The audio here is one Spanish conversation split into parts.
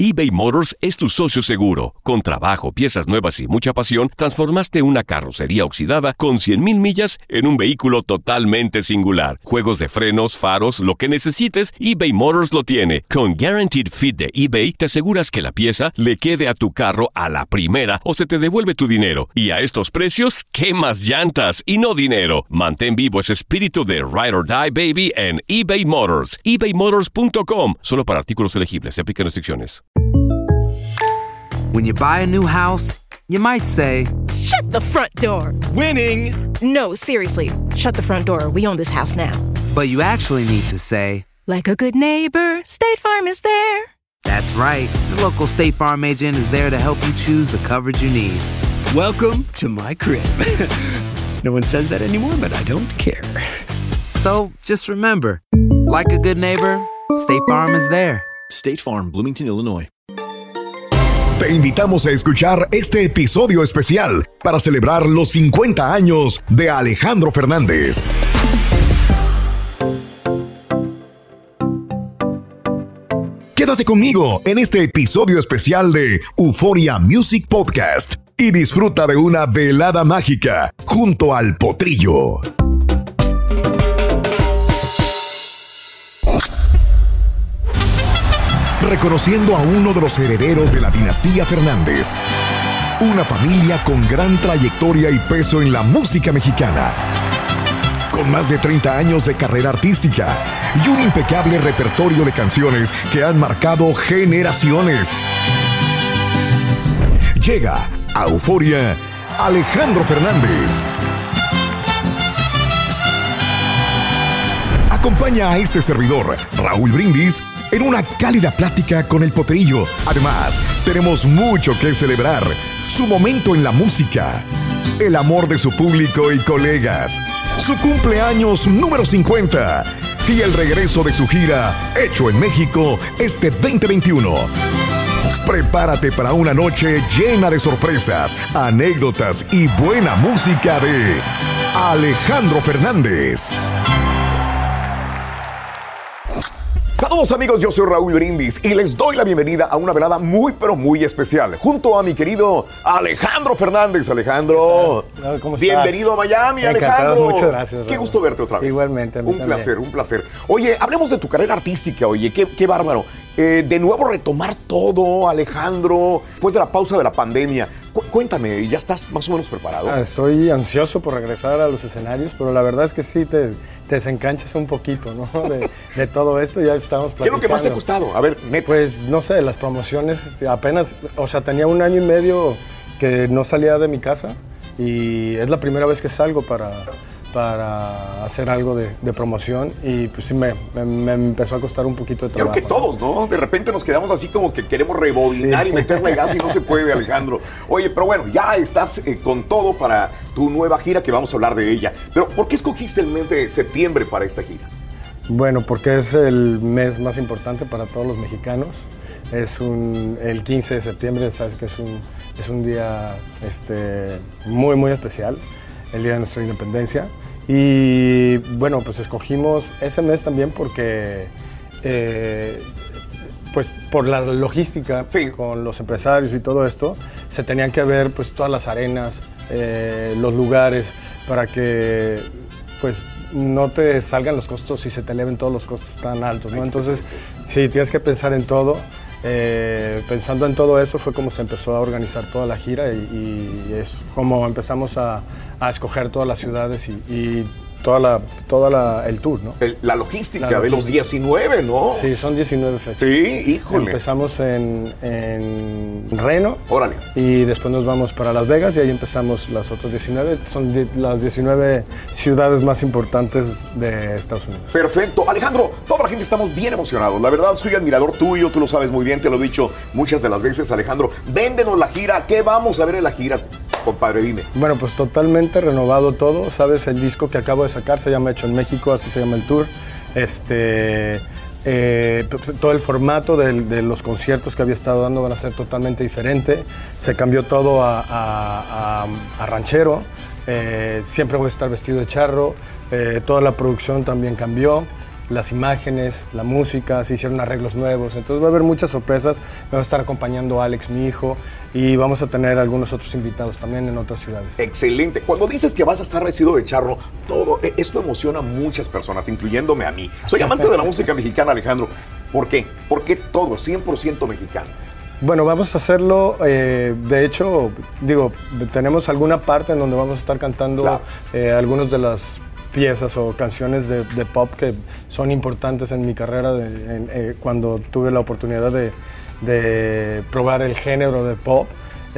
eBay Motors es tu socio seguro. Con trabajo, piezas nuevas y mucha pasión, transformaste una carrocería oxidada con 100,000 millas en un vehículo totalmente singular. Juegos de frenos, faros, lo que necesites, eBay Motors lo tiene. Con Guaranteed Fit de eBay, te aseguras que la pieza le quede a tu carro a la primera o se te devuelve tu dinero. Y a estos precios, ¿qué más llantas y no dinero? Mantén vivo ese espíritu de Ride or Die, baby, en eBay Motors. ebaymotors.com. Solo para artículos elegibles. Se aplican restricciones. When you buy a new house, you might say, "Shut the front door." Winning! No, seriously. Shut the front door. We own this house now. but you actually need to say, like a good neighbor, State Farm is there. That's right. The local State Farm agent is there to help you choose the coverage you need. Welcome to my crib. No one says that anymore, but I don't care. So just remember, like a good neighbor, State Farm is there. State Farm, Bloomington, Illinois. Te invitamos a escuchar este episodio especial para celebrar los 50 años de Alejandro Fernández. Quédate conmigo en este episodio especial de Euphoria Music Podcast y disfruta de una velada mágica junto al Potrillo. Reconociendo a uno de los herederos de la dinastía Fernández, una familia con gran trayectoria y peso en la música mexicana, con más de 30 años de carrera artística y un impecable repertorio de canciones que han marcado generaciones. Llega a Euphoria Alejandro Fernández. Acompaña a este servidor, Raúl Brindis, en una cálida plática con el Potrillo. Además, tenemos mucho que celebrar. Su momento en la música, el amor de su público y colegas, su cumpleaños número 50 y el regreso de su gira Hecho en México este 2021. Prepárate para una noche llena de sorpresas, anécdotas y buena música de Alejandro Fernández. Saludos amigos, yo soy Raúl Brindis y les doy la bienvenida a una velada muy pero muy especial junto a mi querido Alejandro Fernández. Alejandro, ¿cómo estás? Bienvenido a Miami. Encantado, Alejandro. muchas gracias, Raúl. Qué gusto verte otra vez. Igualmente, a mí también. Un placer. Oye, hablemos de tu carrera artística, oye, qué bárbaro. De nuevo retomar todo, Alejandro, después de la pausa de la pandemia. Cuéntame, ¿ya estás más o menos preparado? Estoy ansioso por regresar a los escenarios, pero la verdad es que sí te desenganchas un poquito, ¿no? De todo esto, ya estamos platicando. ¿Qué es lo que más te ha costado? A ver, neta. Pues, no sé, las promociones, apenas, o sea, tenía 1 año y medio que no salía de mi casa y es la primera vez que salgo para hacer algo de promoción y pues sí me empezó a costar un poquito de trabajo. Creo que todos, ¿no? De repente nos quedamos así como que queremos rebobinar y meterle gas y no se puede, Alejandro. Oye, pero bueno, ya estás con todo para tu nueva gira, que vamos a hablar de ella. Pero ¿por qué escogiste el mes de septiembre para esta gira? Bueno, porque es el mes más importante para todos los mexicanos. Es el 15 de septiembre, sabes que es un día muy, muy especial, el día de nuestra independencia. Y bueno, pues escogimos ese mes también porque, pues por la logística, sí, con los empresarios y todo esto, se tenían que ver pues todas las arenas, los lugares, para que pues no te salgan los costos y se te eleven todos los costos tan altos, ¿no? Entonces, sí, tienes que pensar en todo. Pensando en todo eso fue como se empezó a organizar toda la gira y es como empezamos a escoger todas las ciudades y el tour, ¿no? La logística de los 19, ¿no? Sí, son 19 fechas. Sí, híjole. Empezamos en Reno. Órale. Y después nos vamos para Las Vegas y ahí empezamos las otras 19. Son las 19 ciudades más importantes de Estados Unidos. Perfecto. Alejandro, toda la gente estamos bien emocionados. La verdad, soy admirador tuyo, tú lo sabes muy bien, te lo he dicho muchas de las veces, Alejandro. Véndenos la gira. ¿Qué vamos a ver en la gira, compadre? Dime. Bueno, pues totalmente renovado todo. ¿Sabes? El disco que acabo de sacar se llama Hecho en México, así se llama el tour. Todo el formato de los conciertos que había estado dando van a ser totalmente diferente. Se cambió todo a ranchero. Siempre voy a estar vestido de charro. Toda la producción también cambió. las imágenes, la música, se hicieron arreglos nuevos, entonces va a haber muchas sorpresas, me va a estar acompañando Alex, mi hijo, y vamos a tener algunos otros invitados también en otras ciudades. Excelente. Cuando dices que vas a estar vestido de charro, esto emociona a muchas personas, incluyéndome a mí. Soy amante de la música mexicana, Alejandro. ¿Por qué? ¿Por qué todo 100% mexicano? Bueno, vamos a hacerlo, de hecho, tenemos alguna parte en donde vamos a estar cantando claro. Algunas de las piezas o canciones de pop que son importantes en mi carrera cuando tuve la oportunidad de probar el género de pop.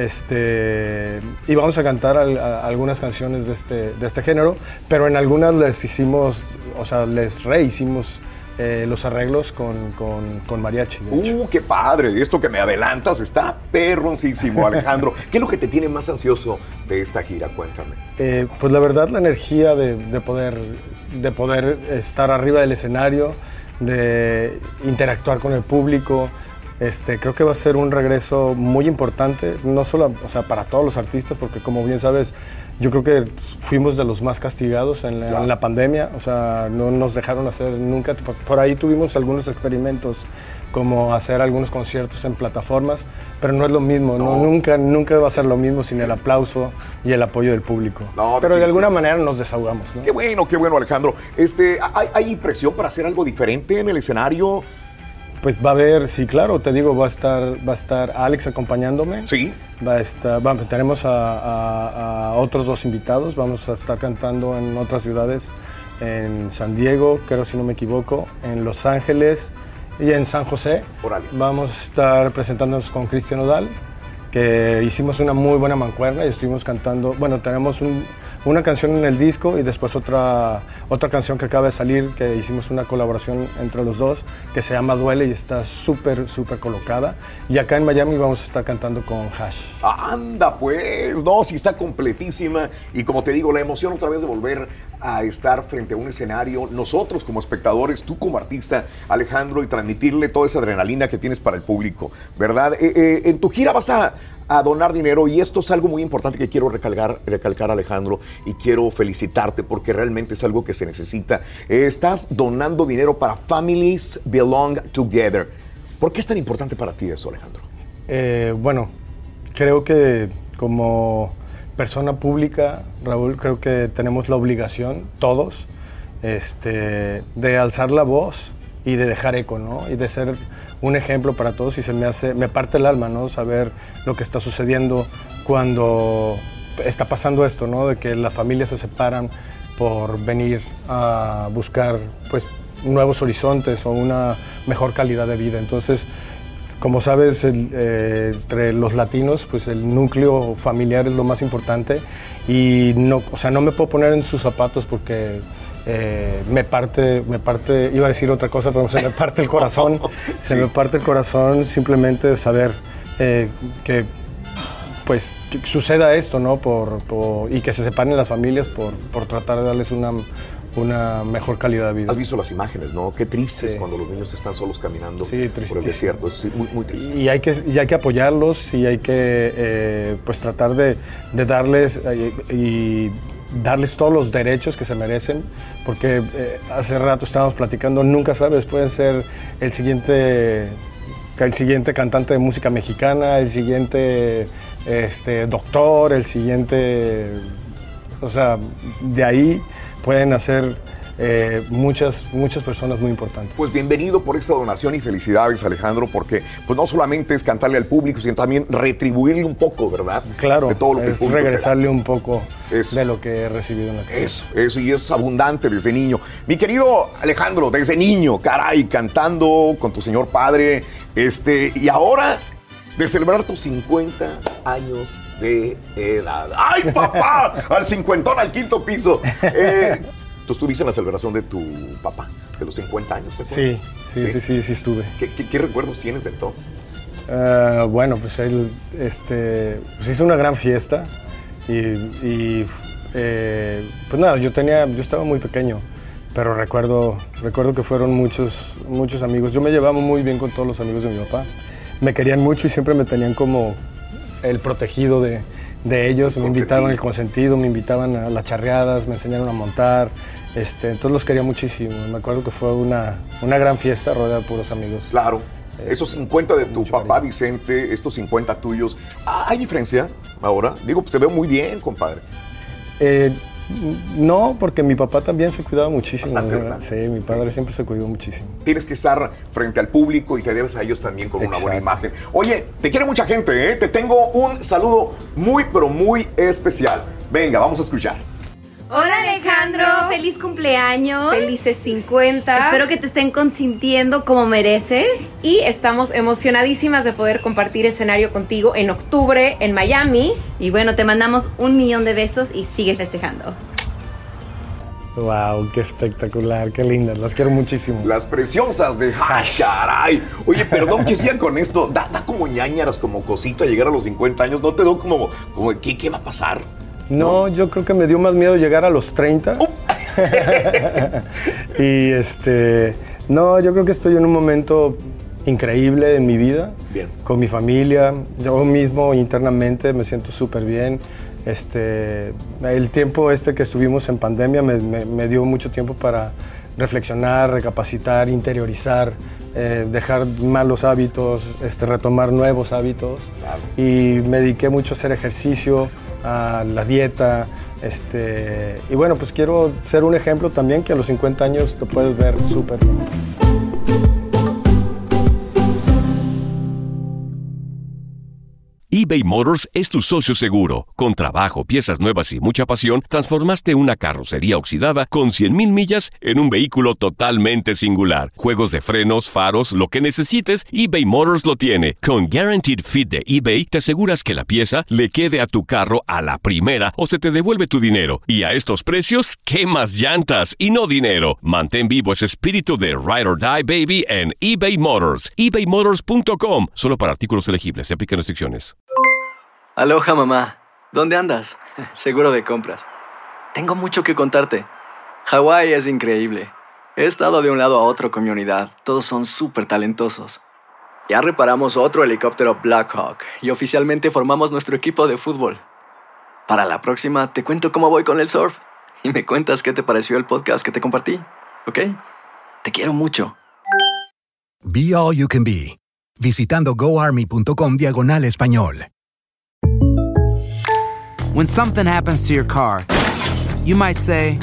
Y vamos a cantar algunas canciones de este género, pero en algunas les rehicimos los arreglos con mariachi. ¡Qué padre! Esto que me adelantas está perroncísimo, Alejandro. ¿Qué es lo que te tiene más ansioso de esta gira? Cuéntame. Pues la verdad, la energía de poder estar arriba del escenario, de interactuar con el público. Creo que va a ser un regreso muy importante, no solo para todos los artistas, porque como bien sabes, yo creo que fuimos de los más castigados en la pandemia, no nos dejaron hacer nunca, por ahí tuvimos algunos experimentos como hacer algunos conciertos en plataformas, pero no es lo mismo, nunca va a ser lo mismo sin el aplauso y el apoyo del público. Pero de alguna manera nos desahogamos, ¿no? Qué bueno, Alejandro. ¿Hay presión para hacer algo diferente en el escenario? Pues va a haber, sí, claro, te digo, va a estar Alex acompañándome. Sí. Tenemos a otros 2 invitados, vamos a estar cantando en otras ciudades, en San Diego, creo si no me equivoco, en Los Ángeles y en San José. Órale. Vamos a estar presentándonos con Cristian Odal, que hicimos una muy buena mancuerna y estuvimos cantando, tenemos una canción en el disco y después otra canción que acaba de salir, que hicimos una colaboración entre los dos, que se llama Duele y está súper colocada. Y acá en Miami vamos a estar cantando con Hash. ¡Anda pues! No, sí está completísima. Y como te digo, la emoción otra vez de volver a estar frente a un escenario, nosotros como espectadores, tú como artista, Alejandro, y transmitirle toda esa adrenalina que tienes para el público, ¿verdad? En tu gira vas a donar dinero y esto es algo muy importante que quiero recalcar, Alejandro, y quiero felicitarte porque realmente es algo que se necesita. Estás donando dinero para Families Belong Together. ¿Por qué es tan importante para ti eso, Alejandro? Creo que como persona pública, Raúl, creo que tenemos la obligación, todos, de alzar la voz y de dejar eco, ¿no? Y de ser un ejemplo para todos, y me parte el alma, ¿no? Saber lo que está sucediendo cuando está pasando esto, ¿no? De que las familias se separan por venir a buscar, pues, nuevos horizontes o una mejor calidad de vida. Entonces, como sabes, entre los latinos, pues el núcleo familiar es lo más importante y no me puedo poner en sus zapatos porque me parte, iba a decir otra cosa, pero se me parte el corazón, se me parte el corazón simplemente de saber que suceda esto, ¿no? Y que se separen las familias por tratar de darles una mejor calidad de vida. Has visto las imágenes, ¿no? Qué tristes cuando los niños están solos caminando por el desierto. Es muy, muy triste. Y hay que apoyarlos y hay que tratar de darles y darles todos los derechos que se merecen, porque hace rato estábamos platicando, nunca sabes, pueden ser el siguiente cantante de música mexicana, el siguiente doctor, el siguiente, de ahí pueden hacer muchas personas muy importantes. Pues bienvenido por esta donación y felicidades, Alejandro, porque pues no solamente es cantarle al público, sino también retribuirle un poco, ¿verdad? Claro, de todo lo que es regresarle un poco de lo que he recibido en la vida. Eso, y es abundante desde niño. Mi querido Alejandro, desde niño, caray, cantando con tu señor padre, y ahora de celebrar tus 50 años de edad. ¡Ay, papá! Al 50, al 5º piso. Tú estuviste en la celebración de tu papá, de los 50 años, ¿te acuerdas? Sí estuve. ¿Qué recuerdos tienes de entonces? Pues él hizo una gran fiesta y pues nada, yo estaba muy pequeño, pero recuerdo que fueron muchos amigos. Yo me llevaba muy bien con todos los amigos de mi papá. Me querían mucho y siempre me tenían como el protegido de de ellos. Me invitaban al consentido, me invitaban a las charreadas, me enseñaron a montar. Entonces los quería muchísimo. Me acuerdo que fue una gran fiesta rodeada de puros amigos. Claro. Esos 50 de tu papá Vicente, estos 50 tuyos, ¿hay diferencia ahora? Digo, pues te veo muy bien, compadre. No, porque mi papá también se cuidaba muchísimo. Bastante, sí, mi padre siempre se cuidó muchísimo. Tienes que estar frente al público y te debes a ellos también con una buena imagen. Oye, te quiere mucha gente, ¿eh? Te tengo un saludo muy, pero muy especial. Venga, vamos a escuchar. Hola Alejandro, feliz cumpleaños. Felices 50. Espero que te estén consintiendo como mereces. Y estamos emocionadísimas de poder compartir escenario contigo en octubre en Miami. Y bueno, te mandamos 1,000,000 de besos y sigue festejando. Wow, qué espectacular, qué lindas, las quiero muchísimo. Las preciosas de caray. Oye, perdón que siga con esto. Da como ñañaras, como cosita llegar a los 50 años. ¿No te da como ¿qué va a pasar? No, yo creo que me dio más miedo llegar a los 30. Y no, yo creo que estoy en un momento increíble en mi vida. Bien. Con mi familia, yo mismo internamente me siento súper bien. El tiempo que estuvimos en pandemia me dio mucho tiempo para reflexionar, recapacitar, interiorizar, dejar malos hábitos, retomar nuevos hábitos. Claro. Y me dediqué mucho a hacer ejercicio, a la dieta, y bueno, pues quiero ser un ejemplo también que a los 50 años te puedes ver súper bien. eBay Motors es tu socio seguro. Con trabajo, piezas nuevas y mucha pasión, transformaste una carrocería oxidada con 100,000 millas en un vehículo totalmente singular. Juegos de frenos, faros, lo que necesites, eBay Motors lo tiene. Con Guaranteed Fit de eBay, te aseguras que la pieza le quede a tu carro a la primera o se te devuelve tu dinero. Y a estos precios, ¿quemas llantas y no dinero? Mantén vivo ese espíritu de Ride or Die, baby, en eBay Motors. ebaymotors.com. Solo para artículos elegibles. Se aplican restricciones. Aloha, mamá. ¿Dónde andas? Seguro de compras. Tengo mucho que contarte. Hawái es increíble. He estado de un lado a otro con mi unidad. Todos son súper talentosos. Ya reparamos otro helicóptero Blackhawk y oficialmente formamos nuestro equipo de fútbol. Para la próxima te cuento cómo voy con el surf y me cuentas qué te pareció el podcast que te compartí, ¿ok? Te quiero mucho. Be All You Can Be. Visitando goarmy.com/español. When something happens to your car, you might say,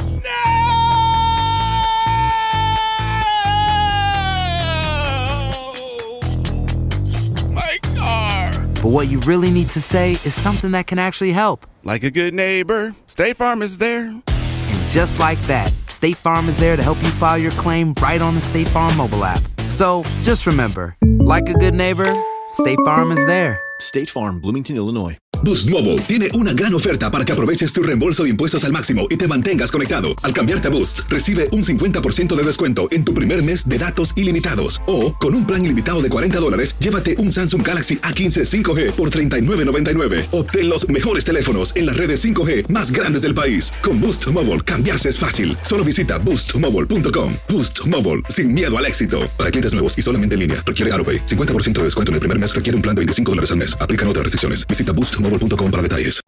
My car! But what you really need to say is something that can actually help. Like a good neighbor, State Farm is there. And just like that, State Farm is there to help you file your claim right on the State Farm mobile app. So just remember, like a good neighbor, State Farm is there. State Farm, Bloomington, Illinois. Boost Mobile tiene una gran oferta para que aproveches tu reembolso de impuestos al máximo y te mantengas conectado. Al cambiarte a Boost, recibe un 50% de descuento en tu primer mes de datos ilimitados. O, con un plan ilimitado de $40, llévate un Samsung Galaxy A15 5G por $39.99. Obtén los mejores teléfonos en las redes 5G más grandes del país. Con Boost Mobile, cambiarse es fácil. Solo visita boostmobile.com. Boost Mobile, sin miedo al éxito. Para clientes nuevos y solamente en línea, requiere AutoPay. 50% de descuento en el primer mes requiere un plan de $25 al mes. Aplican otras restricciones. Visita boostmobile.com para detalles.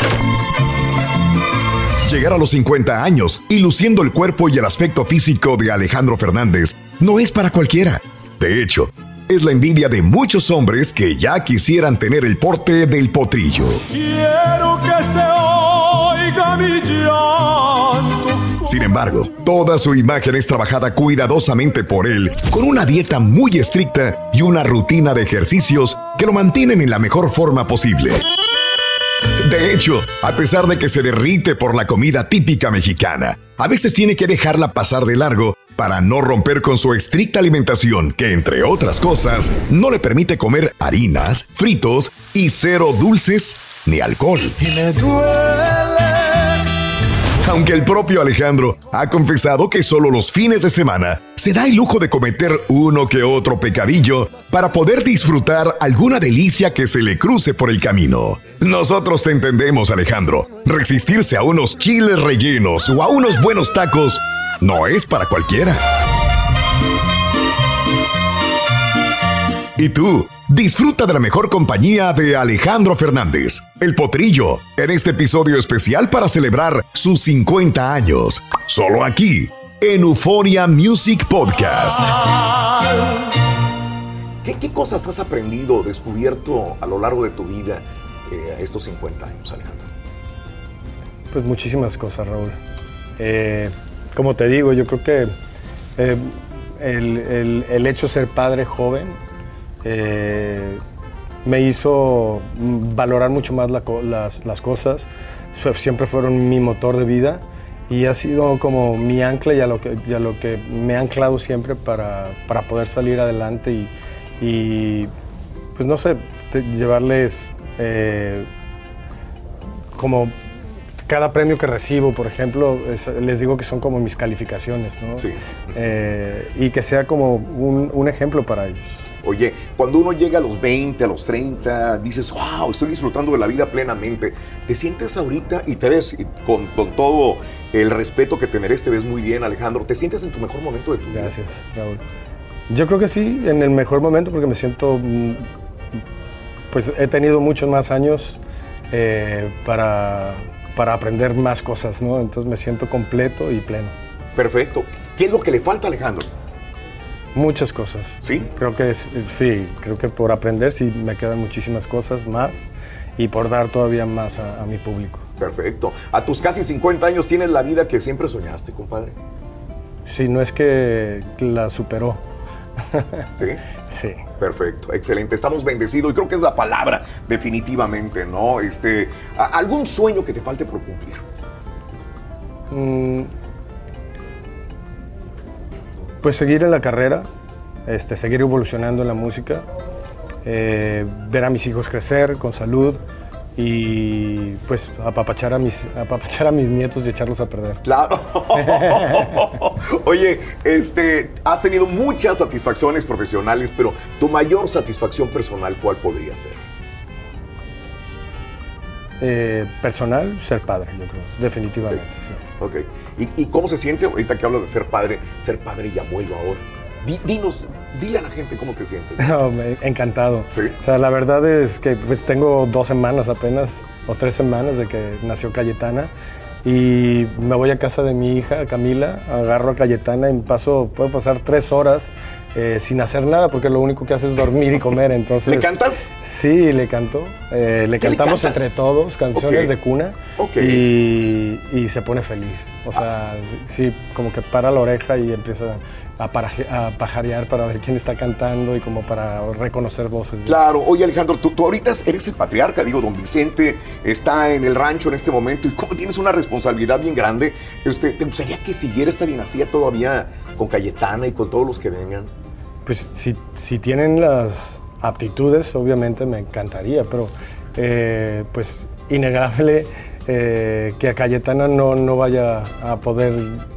Llegar a los 50 años y luciendo el cuerpo y el aspecto físico de Alejandro Fernández no es para cualquiera. De hecho, es la envidia de muchos hombres que ya quisieran tener el porte del potrillo. Quiero que se oiga mi llanto. Sin embargo, toda su imagen es trabajada cuidadosamente por él, con una dieta muy estricta y una rutina de ejercicios que lo mantienen en la mejor forma posible. De hecho, a pesar de que se derrite por la comida típica mexicana, a veces tiene que dejarla pasar de largo para no romper con su estricta alimentación, que entre otras cosas, no le permite comer harinas, fritos y cero dulces ni alcohol. Y me duele. Aunque el propio Alejandro ha confesado que solo los fines de semana se da el lujo de cometer uno que otro pecadillo para poder disfrutar alguna delicia que se le cruce por el camino. Nosotros te entendemos, Alejandro. Resistirse a unos chiles rellenos o a unos buenos tacos no es para cualquiera. ¿Y tú? Disfruta de la mejor compañía de Alejandro Fernández, El Potrillo, en este episodio especial para celebrar sus 50 años. Solo aquí, en Euforia Music Podcast. ¿Qué cosas has aprendido o descubierto a lo largo de tu vida estos 50 años, Alejandro? Pues muchísimas cosas, Raúl. Como te digo, yo creo que el hecho de ser padre joven me hizo valorar mucho más las cosas. Siempre fueron mi motor de vida y ha sido como mi ancla y a lo que me ha anclado siempre para poder salir adelante y pues no sé, llevarles como cada premio que recibo, por ejemplo, les digo que son como mis calificaciones, ¿no? Sí. Y que sea como un ejemplo para ellos. Oye, cuando uno llega a los 20, a los 30, dices, wow, estoy disfrutando de la vida plenamente. ¿Te sientes ahorita y te ves, con todo el respeto que te mereces, te ves muy bien, Alejandro? ¿Te sientes en tu mejor momento de tu vida? Gracias, Raúl. Yo creo que sí, en el mejor momento, porque me siento, pues he tenido muchos más años para aprender más cosas, ¿no? Entonces me siento completo y pleno. Perfecto. ¿Qué es lo que le falta, Alejandro? Muchas cosas. ¿Sí? Creo que por aprender sí me quedan muchísimas cosas más y por dar todavía más a mi público. Perfecto. A tus casi 50 años tienes la vida que siempre soñaste, compadre. Sí, no es que la superó. ¿Sí? Sí. Perfecto, excelente. Estamos bendecidos y creo que es la palabra definitivamente, ¿no? ¿Algún sueño que te falte por cumplir? Pues seguir en la carrera, seguir evolucionando en la música, ver a mis hijos crecer con salud y pues apapachar a mis nietos y echarlos a perder. Claro. Oye, has tenido muchas satisfacciones profesionales, pero tu mayor satisfacción personal, ¿cuál podría ser? Personal, ser padre, yo creo, definitivamente. Sí. Ok. ¿Y cómo se siente ahorita que hablas de ser padre y abuelo ahora? Dile a la gente cómo te sientes. No, encantado. ¿Sí? O sea, la verdad es que pues tengo 2 semanas apenas, o 3 semanas de que nació Cayetana. Y me voy a casa de mi hija, Camila, agarro a Cayetana y puedo pasar 3 horas sin hacer nada, porque lo único que hace es dormir y comer. Entonces, ¿le cantas? Sí, le canto. Le cantamos entre todos canciones de cuna y se pone feliz. O sea, sí, como que para la oreja y empieza a pajarear para ver quién está cantando y como para reconocer voces. Claro. Oye, Alejandro, tú ahorita eres el patriarca, don Vicente está en el rancho en este momento y como tienes una responsabilidad bien grande, ¿te gustaría que siguiera esta dinastía todavía con Cayetana y con todos los que vengan? Pues si tienen las aptitudes, obviamente me encantaría, pero pues innegable que a Cayetana no vaya a poder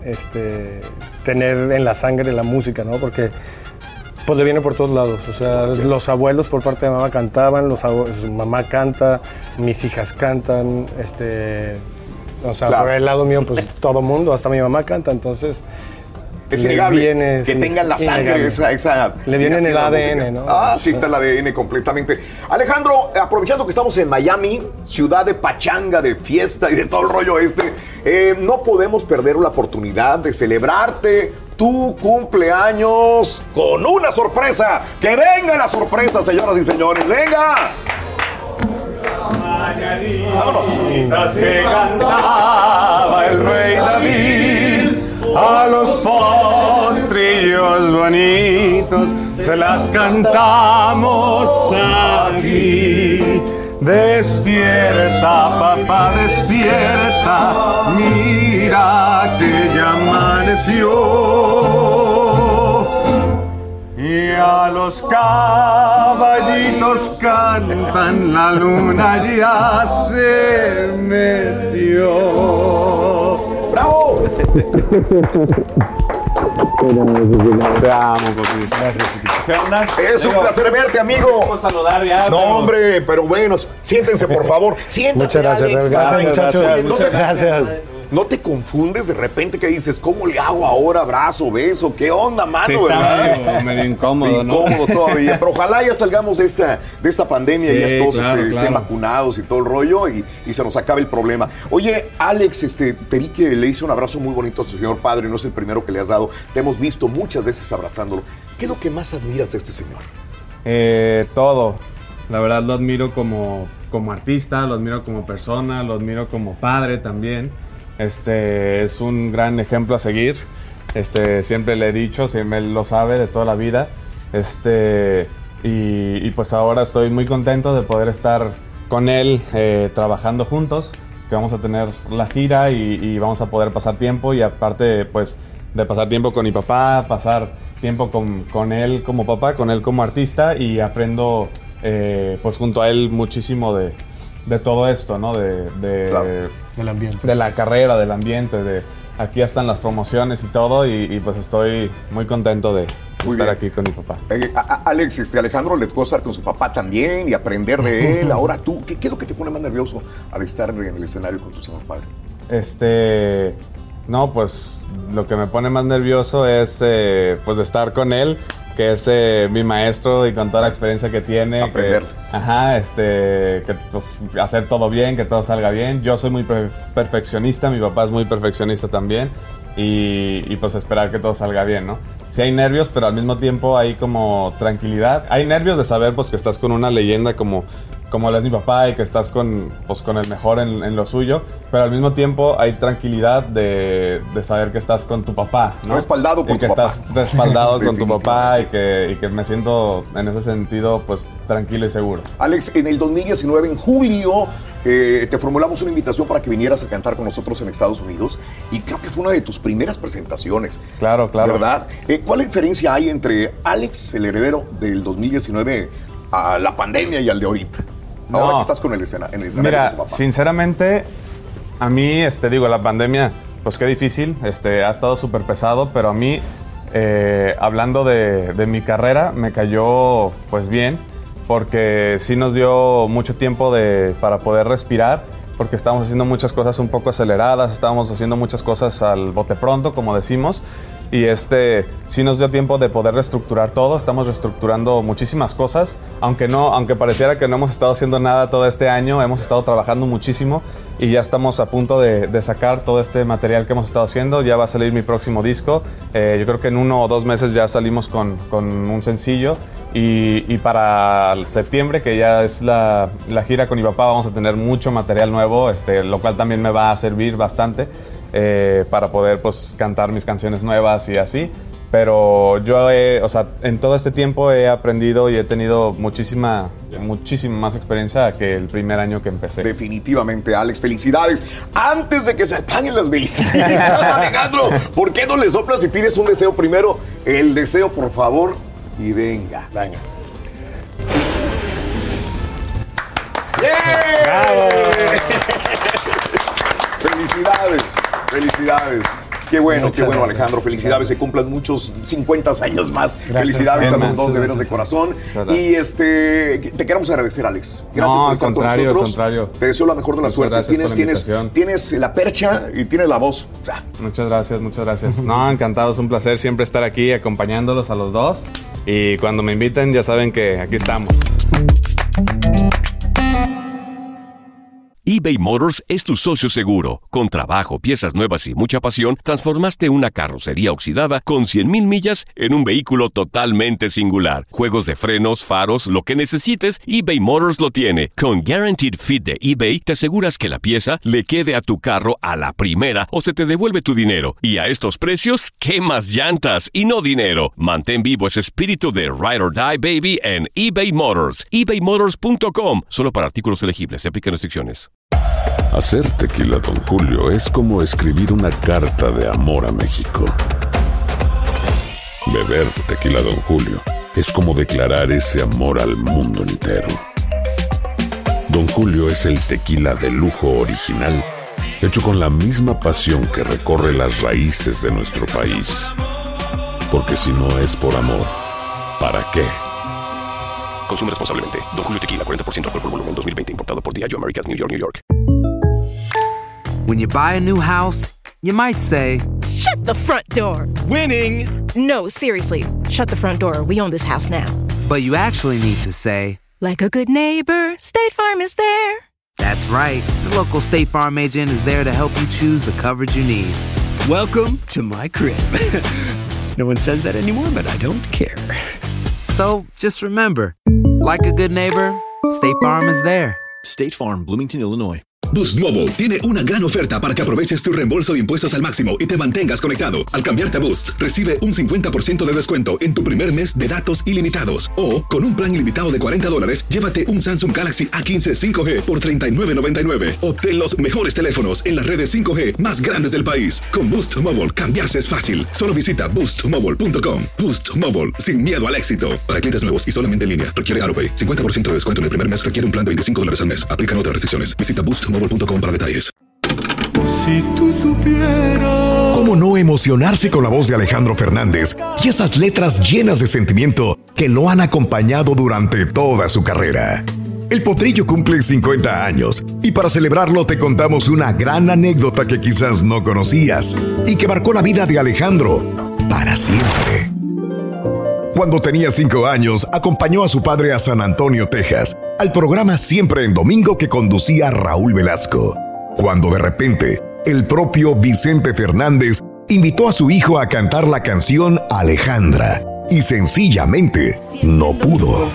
tener en la sangre la música, ¿no? Porque pues le viene por todos lados. O sea, los abuelos por parte de mamá cantaban, su mamá canta, mis hijas cantan, o sea, claro. Por el lado mío, pues todo mundo, hasta mi mamá canta, entonces es innegable que tengan la sangre, esa le viene en el ADN, ¿no? Sí, está el ADN completamente. Alejandro, aprovechando que estamos en Miami, ciudad de pachanga, de fiesta y de todo el rollo no podemos perder la oportunidad de celebrarte tu cumpleaños con una sorpresa. ¡Que venga la sorpresa, señoras y señores! ¡Venga! ¡Vámonos! Que cantaba el rey David, a los potrillos bonitos se las cantamos aquí. Despierta, papá, despierta, mira que ya amaneció. Y a los caballitos cantan, la luna ya se metió. ¡Bravo! Te amo, papi. Gracias, chiquito. ¿Qué onda? Es un placer verte, amigo. Vamos a saludar ya. No, hombre, pero bueno, siéntense, por favor. Siéntense, muchas gracias, Alex. gracias, muchachos. Muchas gracias. ¿No te confundes de repente que dices, ¿cómo le hago ahora? Abrazo, beso, ¿qué onda, mano? Sí, ¿verdad? medio incómodo, ¿no? Incómodo todavía, pero ojalá ya salgamos de esta pandemia y ya todos estén vacunados y todo el rollo y se nos acabe el problema. Oye, Alex, te vi que le hice un abrazo muy bonito a tu señor padre, no es el primero que le has dado, te hemos visto muchas veces abrazándolo. ¿Qué es lo que más admiras de este señor? Todo. La verdad lo admiro como artista, lo admiro como persona, lo admiro como padre también. Es un gran ejemplo a seguir. Siempre le he dicho, siempre él lo sabe de toda la vida. Y pues ahora estoy muy contento de poder estar con él trabajando juntos, que vamos a tener la gira y vamos a poder pasar tiempo y aparte pues de pasar tiempo con mi papá, pasar tiempo con él como papá, con él como artista y aprendo pues junto a él muchísimo de todo esto, ¿no? Del ambiente. De la carrera, del ambiente, aquí están las promociones y todo y pues estoy muy contento de estar aquí con mi papá. Alex, Alejandro le tocó estar con su papá también y aprender de él. Ahora tú, ¿qué es lo que te pone más nervioso al estar en el escenario con tu señor padre? No, pues lo que me pone más nervioso es pues de estar con él, que es mi maestro y con toda la experiencia que tiene. Aprender. Que pues, hacer todo bien, que todo salga bien. Yo soy muy perfeccionista, mi papá es muy perfeccionista también y pues esperar que todo salga bien, ¿no? Sí hay nervios, pero al mismo tiempo hay como tranquilidad. Hay nervios de saber pues que estás con una leyenda como lo es mi papá y que estás con el mejor en lo suyo, pero al mismo tiempo hay tranquilidad de saber que estás con tu papá, ¿no? Respaldado por tu papá. Que estás respaldado con tu papá y que me siento en ese sentido pues tranquilo y seguro. Alex, en el 2019, en julio, te formulamos una invitación para que vinieras a cantar con nosotros en Estados Unidos y creo que fue una de tus primeras presentaciones. Claro. ¿Verdad? ¿Cuál diferencia hay entre Alex, el heredero del 2019, a la pandemia y al de ahorita? Ahora que estás con el escenario Mira, con tu papá. Sinceramente, a mí, la pandemia, pues qué difícil, ha estado súper pesado, pero a mí, hablando de mi carrera, me cayó pues bien, porque sí nos dio mucho tiempo para poder respirar, porque estábamos haciendo muchas cosas un poco aceleradas, estábamos haciendo muchas cosas al bote pronto, como decimos, y sí nos dio tiempo de poder reestructurar todo. Estamos reestructurando muchísimas cosas, aunque pareciera que no hemos estado haciendo nada todo este año, hemos estado trabajando muchísimo y ya estamos a punto de sacar todo este material que hemos estado haciendo. Ya va a salir mi próximo disco, yo creo que en 1 o 2 meses ya salimos con un sencillo y para septiembre, que ya es la gira con mi papá, vamos a tener mucho material nuevo, lo cual también me va a servir bastante para poder pues cantar mis canciones nuevas y así, pero yo en todo este tiempo he aprendido y he tenido muchísima más experiencia que el primer año que empecé. Definitivamente, Alex, felicidades. Antes de que se apaguen las velitas, Alejandro, ¿por qué no le soplas y pides un deseo primero? El deseo, por favor, y venga. Venga. ¡Yeah! ¡Bravo! Felicidades. Qué bueno, Alejandro. Felicidades, se cumplan muchos 50 años más. Gracias, felicidades a los dos, de veras, de corazón. Y te queremos agradecer, Alex. Gracias por estar con nosotros. Contrario. Te deseo la mejor de las suertes. Tienes la percha y tienes la voz. Muchas gracias. No, encantado, es un placer siempre estar aquí acompañándolos a los dos. Y cuando me inviten, ya saben que aquí estamos. eBay Motors es tu socio seguro. Con trabajo, piezas nuevas y mucha pasión, transformaste una carrocería oxidada con 100,000 millas en un vehículo totalmente singular. Juegos de frenos, faros, lo que necesites, eBay Motors lo tiene. Con Guaranteed Fit de eBay, te aseguras que la pieza le quede a tu carro a la primera o se te devuelve tu dinero. Y a estos precios, ¿qué más llantas y no dinero? Mantén vivo ese espíritu de Ride or Die, baby, en eBay Motors. ebaymotors.com. Solo para artículos elegibles. Se aplican restricciones. Hacer tequila Don Julio es como escribir una carta de amor a México. Beber tequila Don Julio es como declarar ese amor al mundo entero. Don Julio es el tequila de lujo original, hecho con la misma pasión que recorre las raíces de nuestro país. Porque si no es por amor, ¿para qué? Consume responsablemente. Don Julio Tequila, 40% alcohol por volumen, 2020. Importado por Diageo Americas, New York, New York. When you buy a new house, you might say, Shut the front door! Winning! No, seriously. Shut the front door. We own this house now. but you actually need to say, Like a good neighbor, State Farm is there. That's right. The local State Farm agent is there to help you choose the coverage you need. Welcome to my crib. No one says that anymore, but I don't care. So just remember, like a good neighbor, State Farm is there. State Farm, Bloomington, Illinois. Boost Mobile tiene una gran oferta para que aproveches tu reembolso de impuestos al máximo y te mantengas conectado. Al cambiarte a Boost, recibe un 50% de descuento en tu primer mes de datos ilimitados. O, con un plan ilimitado de $40, llévate un Samsung Galaxy A15 5G por $39.99. Obtén los mejores teléfonos en las redes 5G más grandes del país. Con Boost Mobile, cambiarse es fácil. Solo visita boostmobile.com. Boost Mobile, sin miedo al éxito. Para clientes nuevos y solamente en línea, requiere AutoPay. 50% de descuento en el primer mes requiere un plan de $25 al mes. Aplican otras restricciones. Visita boostmobile.com para detalles. Si tú supieras. ¿Cómo no emocionarse con la voz de Alejandro Fernández y esas letras llenas de sentimiento que lo han acompañado durante toda su carrera? El Potrillo cumple 50 años y para celebrarlo te contamos una gran anécdota que quizás no conocías y que marcó la vida de Alejandro para siempre. Cuando tenía 5 años, acompañó a su padre a San Antonio, Texas, al programa Siempre en Domingo que conducía Raúl Velasco, cuando de repente el propio Vicente Fernández invitó a su hijo a cantar la canción Alejandra y sencillamente no pudo.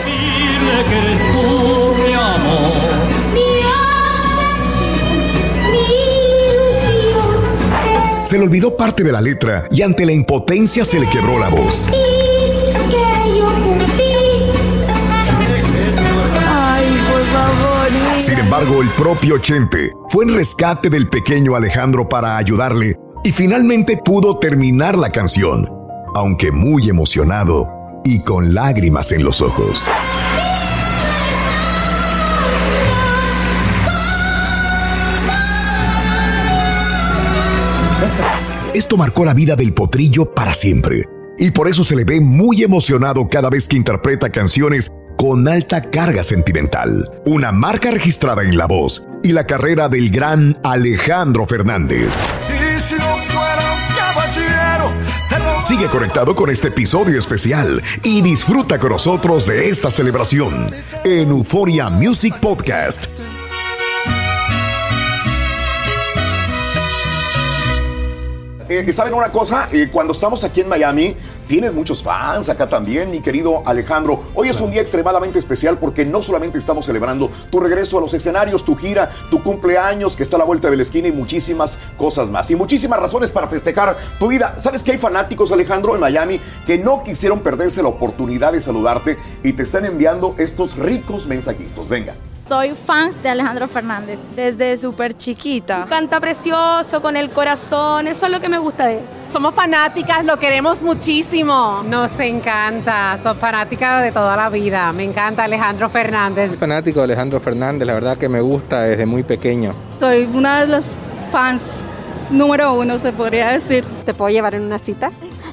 Se le olvidó parte de la letra y ante la impotencia se le quebró la voz. Sin embargo, el propio Chente fue en rescate del pequeño Alejandro para ayudarle y finalmente pudo terminar la canción, aunque muy emocionado y con lágrimas en los ojos. Esto marcó la vida del Potrillo para siempre y por eso se le ve muy emocionado cada vez que interpreta canciones con alta carga sentimental, una marca registrada en la voz y la carrera del gran Alejandro Fernández. Y si no fuera un caballero, Sigue conectado con este episodio especial y disfruta con nosotros de esta celebración en Euphoria Music Podcast. ¿Saben una cosa? Cuando estamos aquí en Miami, tienes muchos fans acá también, mi querido Alejandro. Hoy es un día extremadamente especial porque no solamente estamos celebrando tu regreso a los escenarios, tu gira, tu cumpleaños que está a la vuelta de la esquina y muchísimas cosas más. Y muchísimas razones para festejar tu vida. ¿Sabes que hay fanáticos, Alejandro, en Miami que no quisieron perderse la oportunidad de saludarte y te están enviando estos ricos mensajitos? Venga. Soy fans de Alejandro Fernández desde súper chiquita. Canta precioso, con el corazón, eso es lo que me gusta de él. Somos fanáticas, lo queremos muchísimo. Nos encanta, soy fanática de toda la vida. Me encanta Alejandro Fernández. Soy fanático de Alejandro Fernández, la verdad que me gusta desde muy pequeño. Soy una de las fans número 1, se podría decir. ¿Te puedo llevar en una cita?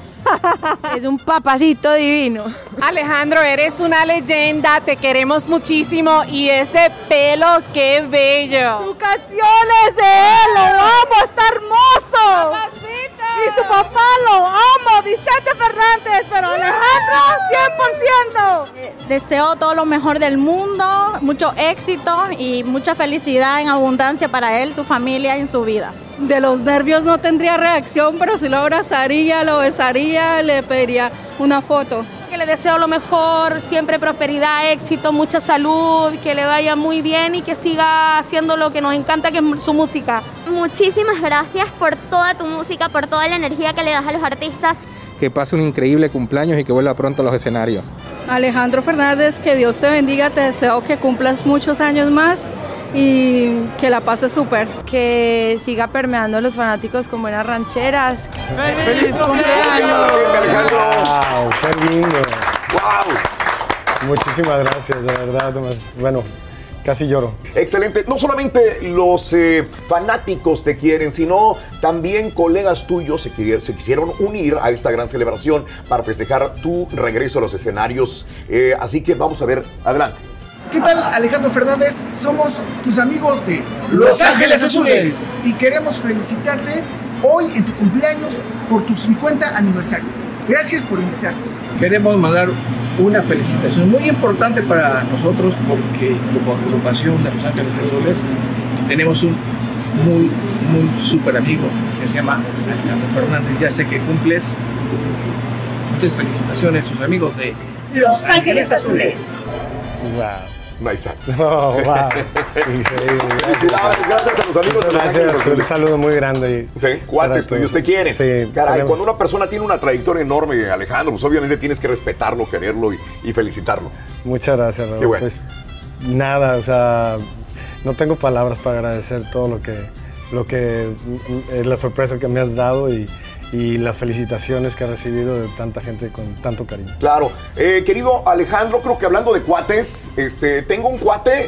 Es un papacito divino. Alejandro, eres una leyenda, te queremos muchísimo y ese pelo, qué bello. Sus canciones de él, lo amo, está hermoso. Papacito. Y su papá lo amo, Vicente Fernández, pero Alejandro 100%. Deseo todo lo mejor del mundo, mucho éxito y mucha felicidad en abundancia para él, su familia y en su vida. De los nervios no tendría reacción, pero sí lo abrazaría, lo besaría, le pediría una foto. Que le deseo lo mejor, siempre prosperidad, éxito, mucha salud, que le vaya muy bien y que siga haciendo lo que nos encanta, que es su música. Muchísimas gracias por toda tu música, por toda la energía que le das a los artistas. Que pase un increíble cumpleaños y que vuelva pronto a los escenarios. Alejandro Fernández, que Dios te bendiga, te deseo que cumplas muchos años más y que la pases súper. Que siga permeando a los fanáticos con buenas rancheras. ¡Feliz cumpleaños! Alejandro! ¡Wow! ¡Qué lindo! ¡Wow! Muchísimas gracias, de verdad, Tomás. Bueno, casi lloro. Excelente. No solamente los fanáticos te quieren, sino también colegas tuyos se quisieron unir a esta gran celebración para festejar tu regreso a los escenarios. Así que vamos a ver, adelante. ¿Qué tal, Alejandro Fernández? Somos tus amigos de Los Ángeles Azules y queremos felicitarte hoy en tu cumpleaños por tu 50 aniversario. Gracias por invitarnos. Queremos mandar una felicitación muy importante para nosotros porque como agrupación de Los Ángeles Azules tenemos un muy súper amigo que se llama Alejandro Fernández. Ya sé que cumples. Muchas felicitaciones a sus amigos de Los Ángeles Azules. Wow. Nice. Oh, wow. Increíble. Felicidades, gracias a los amigos de Los Ángeles Azules. Un saludo muy grande. Sí, cuates tuyos te quieren. Sí, caray, cuando una persona tiene una trayectoria enorme, Alejandro, pues obviamente tienes que respetarlo, quererlo y felicitarlo. Muchas gracias, Raúl. Qué bueno. Pues nada, o sea, no tengo palabras para agradecer todo lo que la sorpresa que me has dado y las felicitaciones que he recibido de tanta gente con tanto cariño. Claro. Querido Alejandro, creo que hablando de cuates, tengo un cuate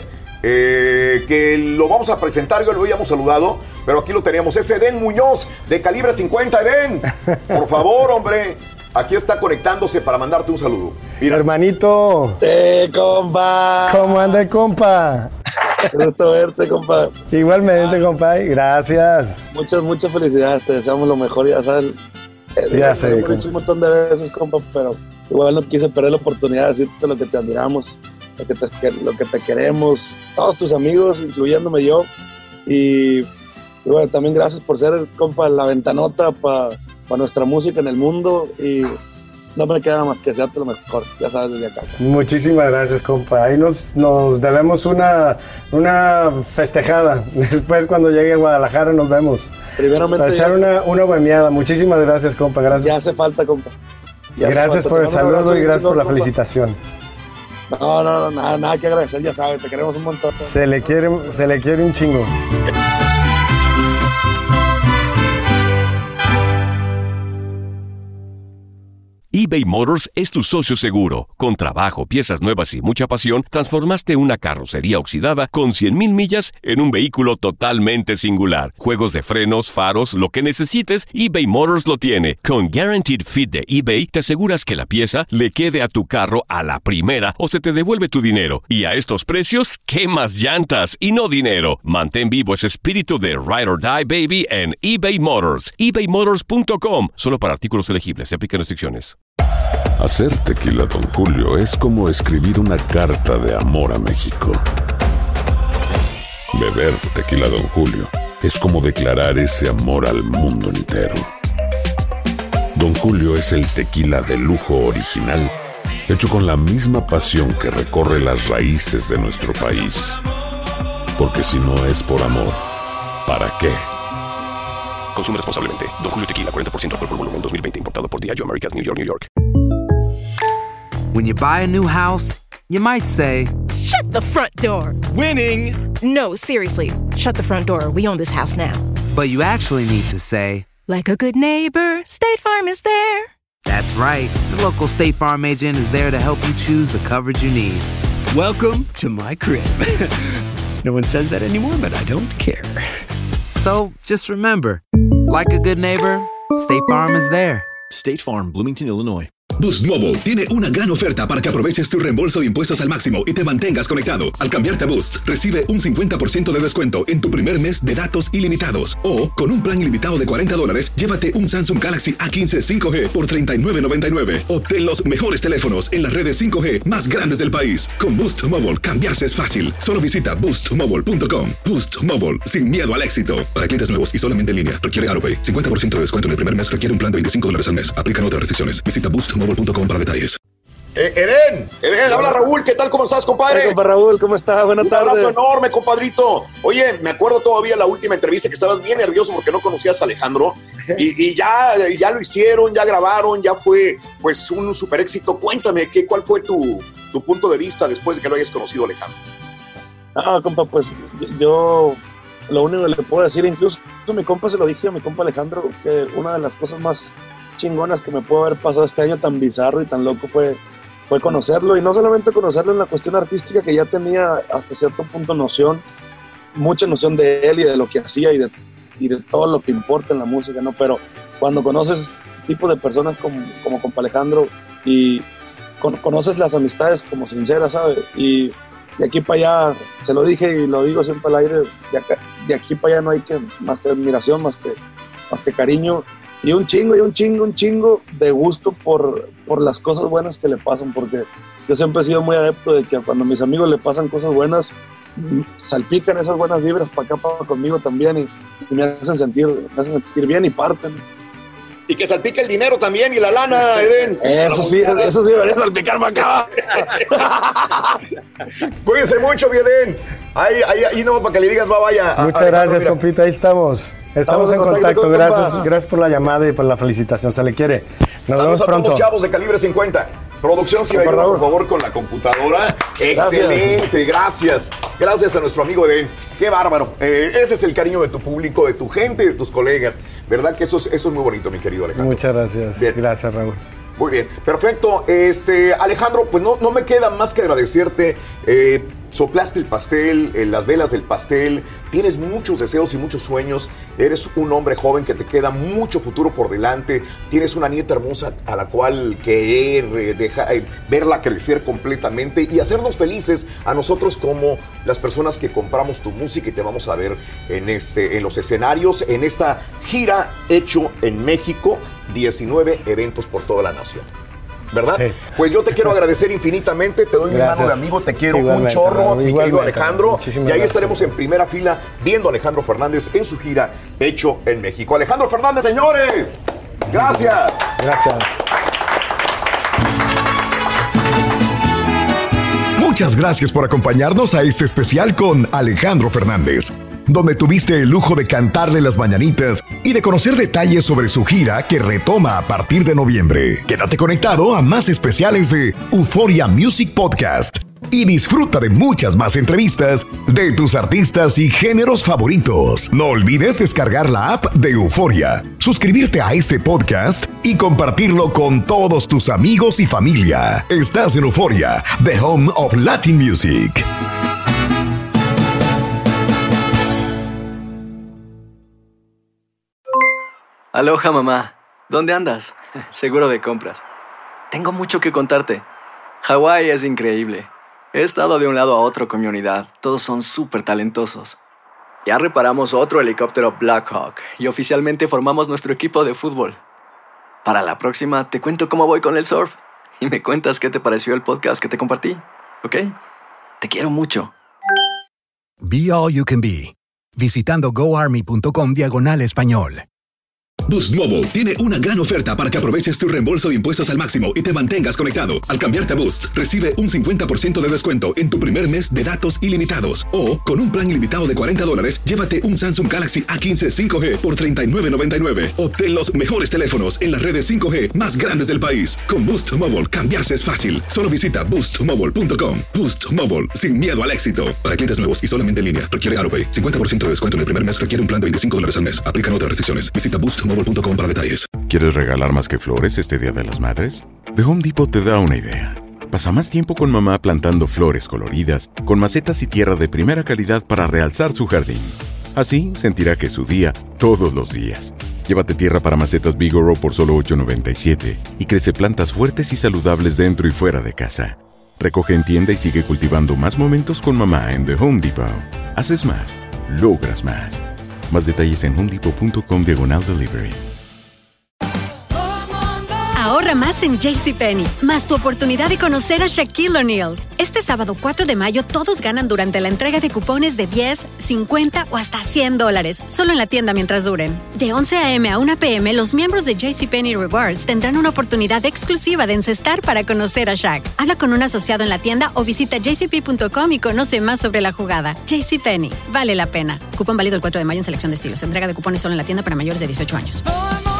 que lo vamos a presentar, yo lo habíamos saludado, pero aquí lo teníamos, es Edén Muñoz, de Calibre 50. Edén, por favor, hombre, aquí está conectándose para mandarte un saludo. Mira. Hermanito. Compa. ¿Cómo anda, compa? Qué gusto verte, compa. Igualmente, compa. Gracias. Muchas felicidades. Te deseamos lo mejor, ya sabes. Ya sé. Lo he dicho un montón de veces, compa, pero igual no quise perder la oportunidad de decirte lo que te admiramos, lo que te queremos, todos tus amigos, incluyéndome yo. Y bueno, también gracias por ser, compa, la ventanota para nuestra música en el mundo. Y no me queda más que desearte lo mejor, ya sabes, desde acá. Muchísimas gracias, compa. Ahí nos debemos una festejada. Después, cuando llegue a Guadalajara, nos vemos. Primeramente. Para echar una bohemiada. Muchísimas gracias, compa. Gracias. Ya hace falta, compa. Gracias por el saludo y gracias por la felicitación. No, nada que agradecer, ya sabes, te queremos un montón. Se le quiere un chingo. eBay Motors es tu socio seguro. Con trabajo, piezas nuevas y mucha pasión, transformaste una carrocería oxidada con 100,000 millas en un vehículo totalmente singular. Juegos de frenos, faros, lo que necesites, eBay Motors lo tiene. Con Guaranteed Fit de eBay, te aseguras que la pieza le quede a tu carro a la primera o se te devuelve tu dinero. Y a estos precios, ¿qué más llantas y no dinero? Mantén vivo ese espíritu de Ride or Die, baby, en eBay Motors. ebaymotors.com. Solo para artículos elegibles. Se aplican restricciones. Hacer tequila Don Julio es como escribir una carta de amor a México. Beber tequila Don Julio es como declarar ese amor al mundo entero. Don Julio es el tequila de lujo original, hecho con la misma pasión que recorre las raíces de nuestro país. Porque si no es por amor, ¿para qué? Consume responsablemente. Don Julio Tequila, 40% alcohol por volumen, 2020. Importado por Diageo Americas, New York, New York. When you buy a new house, you might say, "Shut the front door." Winning! No, seriously. Shut the front door. We own this house now. but you actually need to say, like a good neighbor, State Farm is there. That's right. The local State Farm agent is there to help you choose the coverage you need. Welcome to my crib. No one says that anymore, but I don't care. So just remember, like a good neighbor, State Farm is there. State Farm, Bloomington, Illinois. Boost Mobile tiene una gran oferta para que aproveches tu reembolso de impuestos al máximo y te mantengas conectado. Al cambiarte a Boost, recibe un 50% de descuento en tu primer mes de datos ilimitados. O, con un plan ilimitado de $40, llévate un Samsung Galaxy A15 5G por $39.99. Obtén los mejores teléfonos en las redes 5G más grandes del país. Con Boost Mobile, cambiarse es fácil. Solo visita boostmobile.com. Boost Mobile, sin miedo al éxito. Para clientes nuevos y solamente en línea, requiere AutoPay. 50% de descuento en el primer mes requiere un plan de $25 al mes. Aplican otras restricciones. Visita boostmobile.com para detalles. Eden, habla Raúl, ¿qué tal? ¿Cómo estás, compadre? Hey, compa Raúl, ¿cómo estás? Buenas tardes. Un abrazo enorme, compadrito. Oye, me acuerdo todavía la última entrevista que estabas bien nervioso porque no conocías a Alejandro y ya lo hicieron, ya grabaron, ya fue pues un super éxito. Cuéntame, ¿cuál fue tu punto de vista después de que lo hayas conocido, Alejandro? Ah, compa, pues yo lo único que le puedo decir, incluso mi compa se lo dije a mi compa Alejandro, que una de las cosas más chingonas que me pudo haber pasado este año tan bizarro y tan loco fue conocerlo, y no solamente conocerlo en la cuestión artística, que ya tenía hasta cierto punto mucha noción de él y de lo que hacía y de todo lo que importa en la música, ¿no? Pero cuando conoces tipo de personas como compa Alejandro y conoces las amistades como sinceras, ¿sabes? Y de aquí para allá, se lo dije y lo digo siempre al aire, de aquí para allá no hay más que admiración, más que cariño, y un chingo de gusto por las cosas buenas que le pasan, porque yo siempre he sido muy adepto de que cuando a mis amigos le pasan cosas buenas, salpican esas buenas vibras para acá, para conmigo también, y me hacen sentir bien y parten. Y que salpica el dinero también y la lana, Eden. Eso sí debería salpicar para acá. Cuídense mucho, Eden. Ahí no, para que le digas vaya. Muchas gracias, compita, ahí estamos. Estamos en contacto, gracias por la llamada y por la felicitación, se le quiere. Nos vemos pronto. A todos, chavos de Calibre 50. Producción, si me ayuda, por favor, con la computadora. Excelente, gracias. Gracias a nuestro amigo Eden. Qué bárbaro. Ese es el cariño de tu público, de tu gente, de tus colegas. ¿Verdad que eso es muy bonito, mi querido Alejandro? Muchas gracias. Bien. Gracias, Raúl. Muy bien, perfecto. Alejandro, pues no me queda más que agradecerte. Soplaste el pastel, las velas del pastel, tienes muchos deseos y muchos sueños, eres un hombre joven que te queda mucho futuro por delante, tienes una nieta hermosa a la cual querer, verla crecer completamente y hacernos felices a nosotros como las personas que compramos tu música y te vamos a ver en los escenarios, en esta gira hecho en México, 19 eventos por toda la nación. ¿Verdad? Sí. Pues yo te quiero agradecer infinitamente, te doy mi mano de amigo, te quiero un chorro, mi querido Alejandro, y ahí estaremos en primera fila viendo a Alejandro Fernández en su gira hecho en México. Alejandro Fernández, señores, gracias. Gracias. Muchas gracias por acompañarnos a este especial con Alejandro Fernández, donde tuviste el lujo de cantarle las mañanitas y de conocer detalles sobre su gira que retoma a partir de noviembre. Quédate conectado a más especiales de Euforia Music Podcast y disfruta de muchas más entrevistas de tus artistas y géneros favoritos. No olvides descargar la app de Euforia, suscribirte a este podcast y compartirlo con todos tus amigos y familia. Estás en Euforia, the home of Latin music. Aloha, mamá. ¿Dónde andas? Seguro de compras. Tengo mucho que contarte. Hawái es increíble. He estado de un lado a otro con mi unidad. Todos son súper talentosos. Ya reparamos otro helicóptero Blackhawk y oficialmente formamos nuestro equipo de fútbol. Para la próxima te cuento cómo voy con el surf y me cuentas qué te pareció el podcast que te compartí, ¿ok? Te quiero mucho. Be All You Can Be. Visitando goarmy.com/español. Boost Mobile tiene una gran oferta para que aproveches tu reembolso de impuestos al máximo y te mantengas conectado. Al cambiarte a Boost, recibe un 50% de descuento en tu primer mes de datos ilimitados. O, con un plan ilimitado de $40, llévate un Samsung Galaxy A15 5G por $39.99. Obtén los mejores teléfonos en las redes 5G más grandes del país. Con Boost Mobile, cambiarse es fácil. Solo visita boostmobile.com. Boost Mobile, sin miedo al éxito. Para clientes nuevos y solamente en línea, requiere AutoPay. 50% de descuento en el primer mes requiere un plan de $25 al mes. Aplican otras restricciones. Visita boostmobile.com para detalles. ¿Quieres regalar más que flores este Día de las Madres? The Home Depot te da una idea. Pasa más tiempo con mamá plantando flores coloridas, con macetas y tierra de primera calidad para realzar su jardín. Así sentirá que es su día todos los días. Llévate tierra para macetas Bigoro por solo $8.97 y crece plantas fuertes y saludables dentro y fuera de casa. Recoge en tienda y sigue cultivando más momentos con mamá en The Home Depot. Haces más, logras más. Más detalles en homedepot.com/delivery. Ahorra más en JCPenney, más tu oportunidad de conocer a Shaquille O'Neal. Este sábado 4 de mayo todos ganan durante la entrega de cupones de $10, $50 o hasta $100, solo en la tienda mientras duren. De 11 a.m. a 1 p.m., los miembros de JCPenney Rewards tendrán una oportunidad exclusiva de encestar para conocer a Shaq. Habla con un asociado en la tienda o visita jcp.com y conoce más sobre la jugada. JCPenney, vale la pena. Cupón válido el 4 de mayo en selección de estilos. Entrega de cupones solo en la tienda para mayores de 18 años.